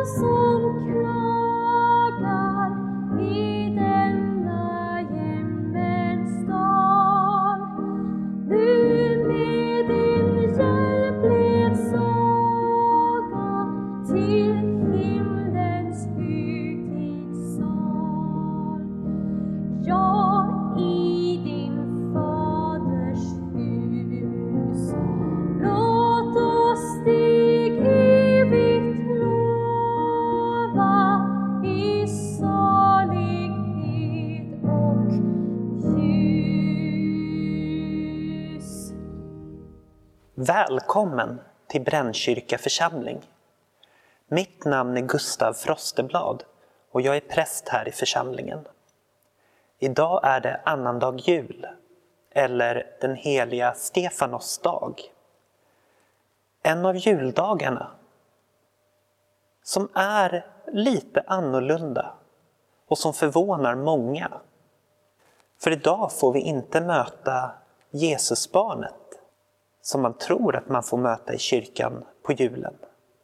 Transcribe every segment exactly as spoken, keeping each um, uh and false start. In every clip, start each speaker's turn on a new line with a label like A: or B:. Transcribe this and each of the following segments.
A: Välkommen till Brännkyrka församling. Mitt namn är Gustav Frosteblad och jag är präst här i församlingen. Idag är det annandag jul, eller den heliga Stefanos dag. En av juldagarna som är lite annorlunda och som förvånar många. För idag får vi inte möta Jesusbarnet som man tror att man får möta i kyrkan på julen.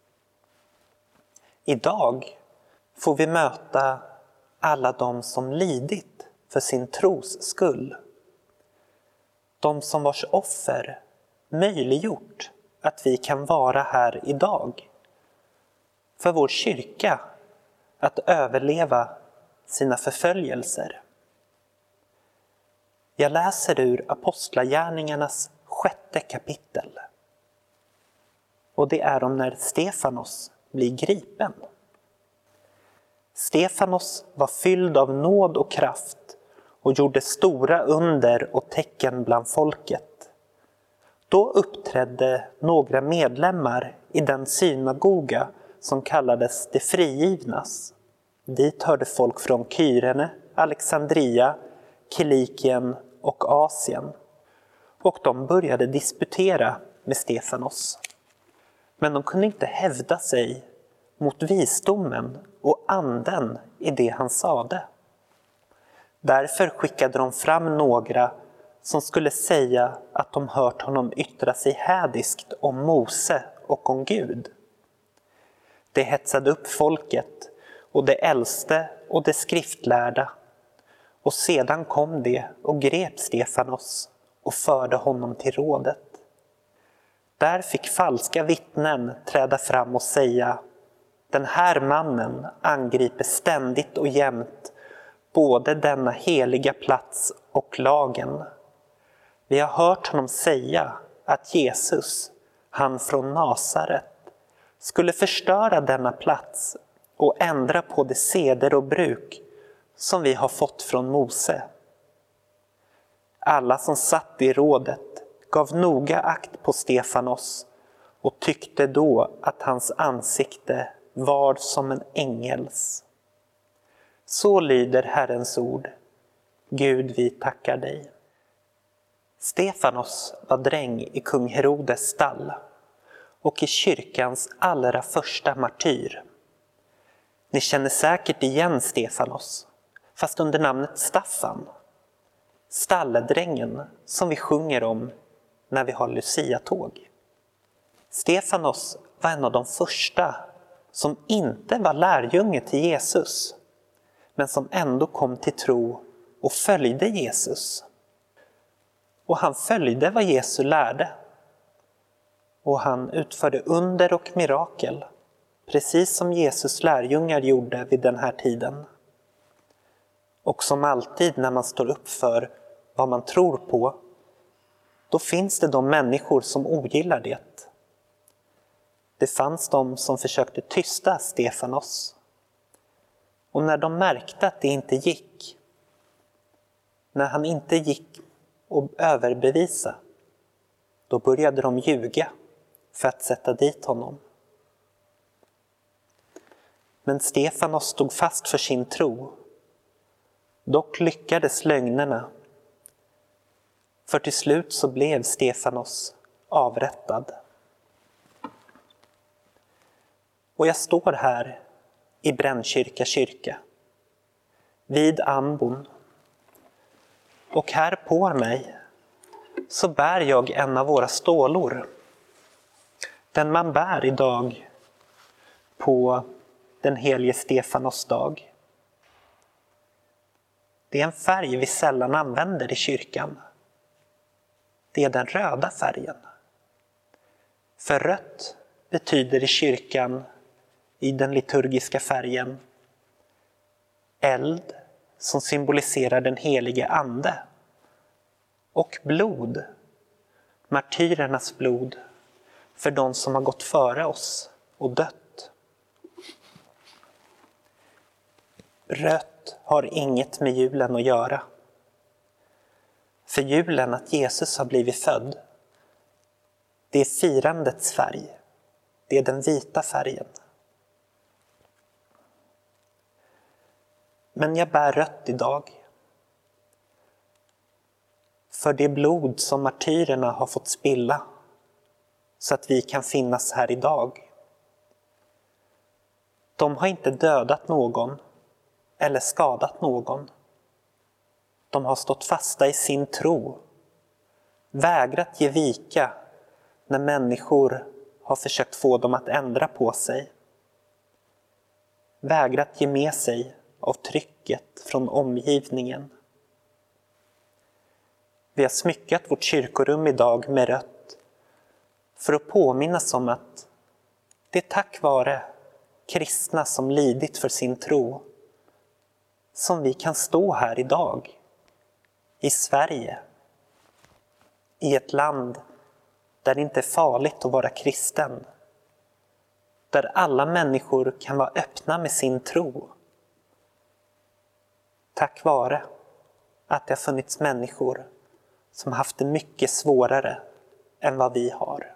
A: Idag får vi möta alla de som lidit för sin tros skull. De som vars offer möjliggjort att vi kan vara här idag. För vår kyrka att överleva sina förföljelser. Jag läser ur Apostlagärningarnas sjätte kapitel. Och det är om när Stefanos blir gripen. Stefanos var fylld av nåd och kraft och gjorde stora under och tecken bland folket. Då uppträdde några medlemmar i den synagoga som kallades de frigivnas. Dit hörde folk från Kyrene, Alexandria, Kilikien och Asien. Och de började disputera med Stefanos. Men de kunde inte hävda sig mot visdomen och anden i det han sade. Därför skickade de fram några som skulle säga att de hört honom yttra sig hädiskt om Mose och om Gud. Det hetsade upp folket och det äldste och det skriftlärda. Och sedan kom det och grep Stefanos och förde honom till rådet. Där fick falska vittnen träda fram och säga: den här mannen angriper ständigt och jämt både denna heliga plats och lagen. Vi har hört honom säga att Jesus, han från Nasaret, skulle förstöra denna plats och ändra på de seder och bruk som vi har fått från Mose. Alla som satt i rådet gav noga akt på Stefanos och tyckte då att hans ansikte var som en ängels. Så lyder Herrens ord. Gud, vi tackar dig. Stefanos var dräng i kung Herodes stall och i kyrkans allra första martyr. Ni känner säkert igen Stefanos, fast under namnet Staffan. Stalledrängen som vi sjunger om när vi har Lucia-tåg. Stefanos var en av de första som inte var lärjunge till Jesus, men som ändå kom till tro och följde Jesus. Och han följde vad Jesus lärde. Och han utförde under och mirakel, precis som Jesus lärjungar gjorde vid den här tiden. Och som alltid när man står upp för vad man tror på, då finns det de människor som ogillar det. Det fanns de som försökte tysta Stefanos. Och när de märkte att det inte gick, när han inte gick och överbevisa, då började de ljuga för att sätta dit honom. Men Stefanos stod fast för sin tro. Dock lyckades lögnerna. För till slut så blev Stefanos avrättad. Och jag står här i Brännkyrka kyrka, vid ambon. Och här på mig så bär jag en av våra stålor. Den man bär idag på den helige Stefanos dag. Det är en färg vi sällan använder i kyrkan. Det är den röda färgen. För rött betyder i kyrkan, i den liturgiska färgen, eld som symboliserar den helige ande och blod, martyrernas blod för de som har gått före oss och dött. Rött har inget med julen att göra. För julen, att Jesus har blivit född, det är firandets färg. Det är den vita färgen. Men jag bär rött idag. För det blod som martyrerna har fått spilla, så att vi kan finnas här idag. De har inte dödat någon eller skadat någon. De har stått fasta i sin tro, vägrat ge vika när människor har försökt få dem att ändra på sig. Vägrat ge med sig av trycket från omgivningen. Vi har smyckat vårt kyrkorum idag med rött för att påminnas om att det är tack vare kristna som lidit för sin tro som vi kan stå här idag i Sverige, i ett land där det inte är farligt att vara kristen, där alla människor kan vara öppna med sin tro. Tack vare att det har funnits människor som haft det mycket svårare än vad vi har.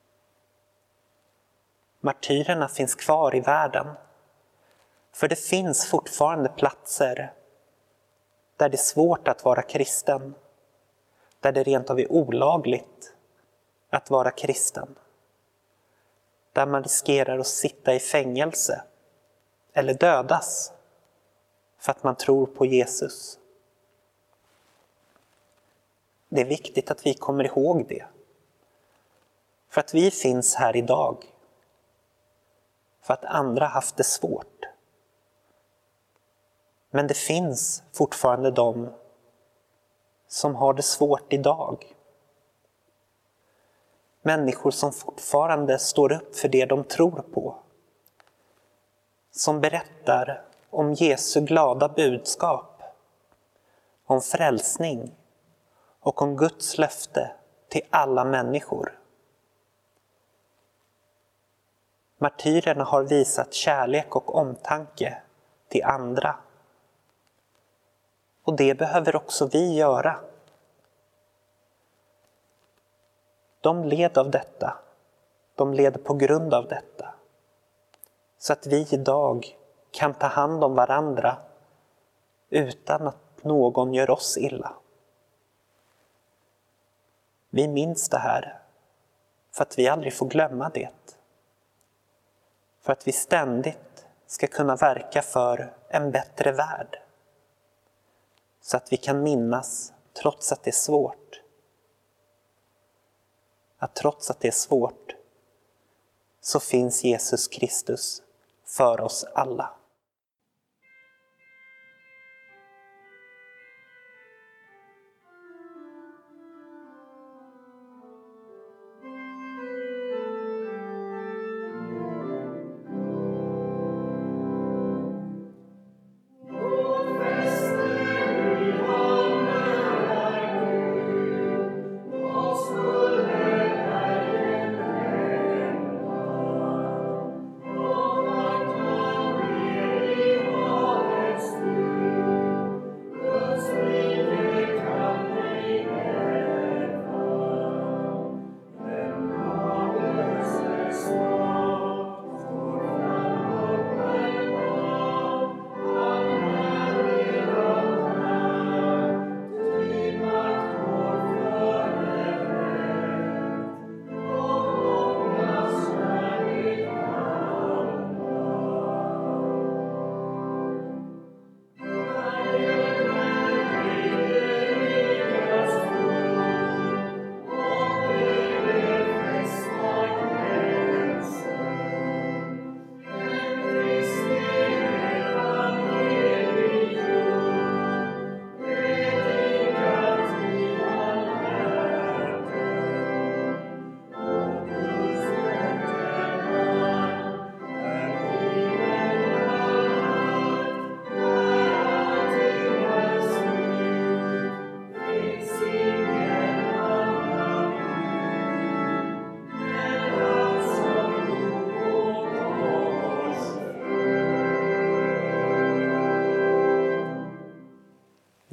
A: Martyrerna finns kvar i världen, för det finns fortfarande platser där det är svårt att vara kristen, där det rent av är olagligt att vara kristen, där man riskerar att sitta i fängelse eller dödas för att man tror på Jesus. Det är viktigt att vi kommer ihåg det, för att vi finns här idag för att andra haft det svårt. Men det finns fortfarande de som har det svårt idag. Människor som fortfarande står upp för det de tror på. Som berättar om Jesu glada budskap, om frälsning och om Guds löfte till alla människor. Martyrerna har visat kärlek och omtanke till andra. Och det behöver också vi göra. De led av detta. De led på grund av detta. Så att vi idag kan ta hand om varandra utan att någon gör oss illa. Vi minns det här för att vi aldrig får glömma det. För att vi ständigt ska kunna verka för en bättre värld. Så att vi kan minnas, trots att det är svårt, att trots att det är svårt så finns Jesus Kristus för oss alla.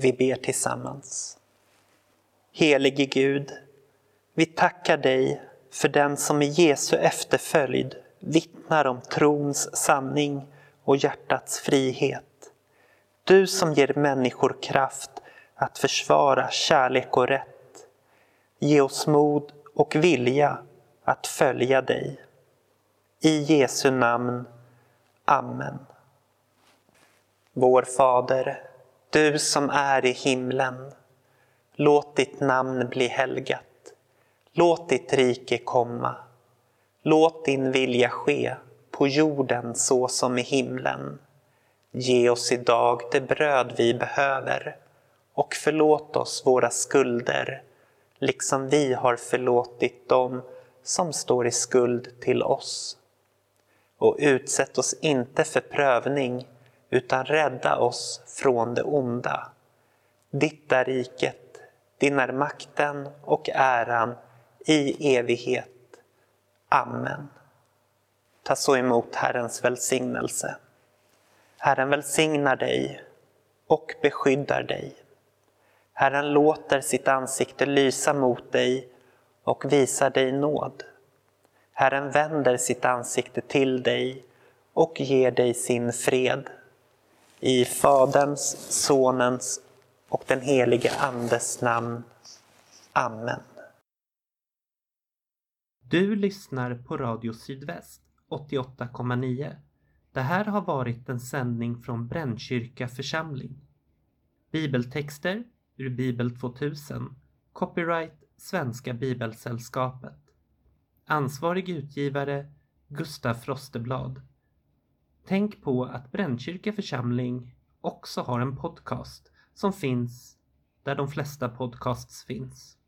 A: Vi ber tillsammans. Helige Gud, vi tackar dig för den som i Jesu efterföljd vittnar om trons sanning och hjärtats frihet. Du som ger människor kraft att försvara kärlek och rätt. Ge oss mod och vilja att följa dig. I Jesu namn. Amen. Vår Fader, du som är i himlen. Låt ditt namn bli helgat. Låt ditt rike komma. Låt din vilja ske på jorden så som i himlen. Ge oss idag det bröd vi behöver och förlåt oss våra skulder, liksom vi har förlåtit dem som står i skuld till oss. Och utsätt oss inte för prövning, utan rädda oss från det onda. Ditt är riket, din är makten och äran i evighet. Amen. Ta så emot Herrens välsignelse. Herren välsignar dig och beskyddar dig. Herren låter sitt ansikte lysa mot dig och visar dig nåd. Herren vänder sitt ansikte till dig och ger dig sin fred. I Faderns, Sonens och den helige Andes namn. Amen.
B: Du lyssnar på Radio Sydväst åttioåtta komma nio. Det här har varit en sändning från Brännkyrka församling. Bibeltexter ur Bibel tvåtusen. Copyright Svenska Bibelsällskapet. Ansvarig utgivare Gustaf Frosteblad. Tänk på att Brännkyrka församling också har en podcast som finns där de flesta podcasts finns.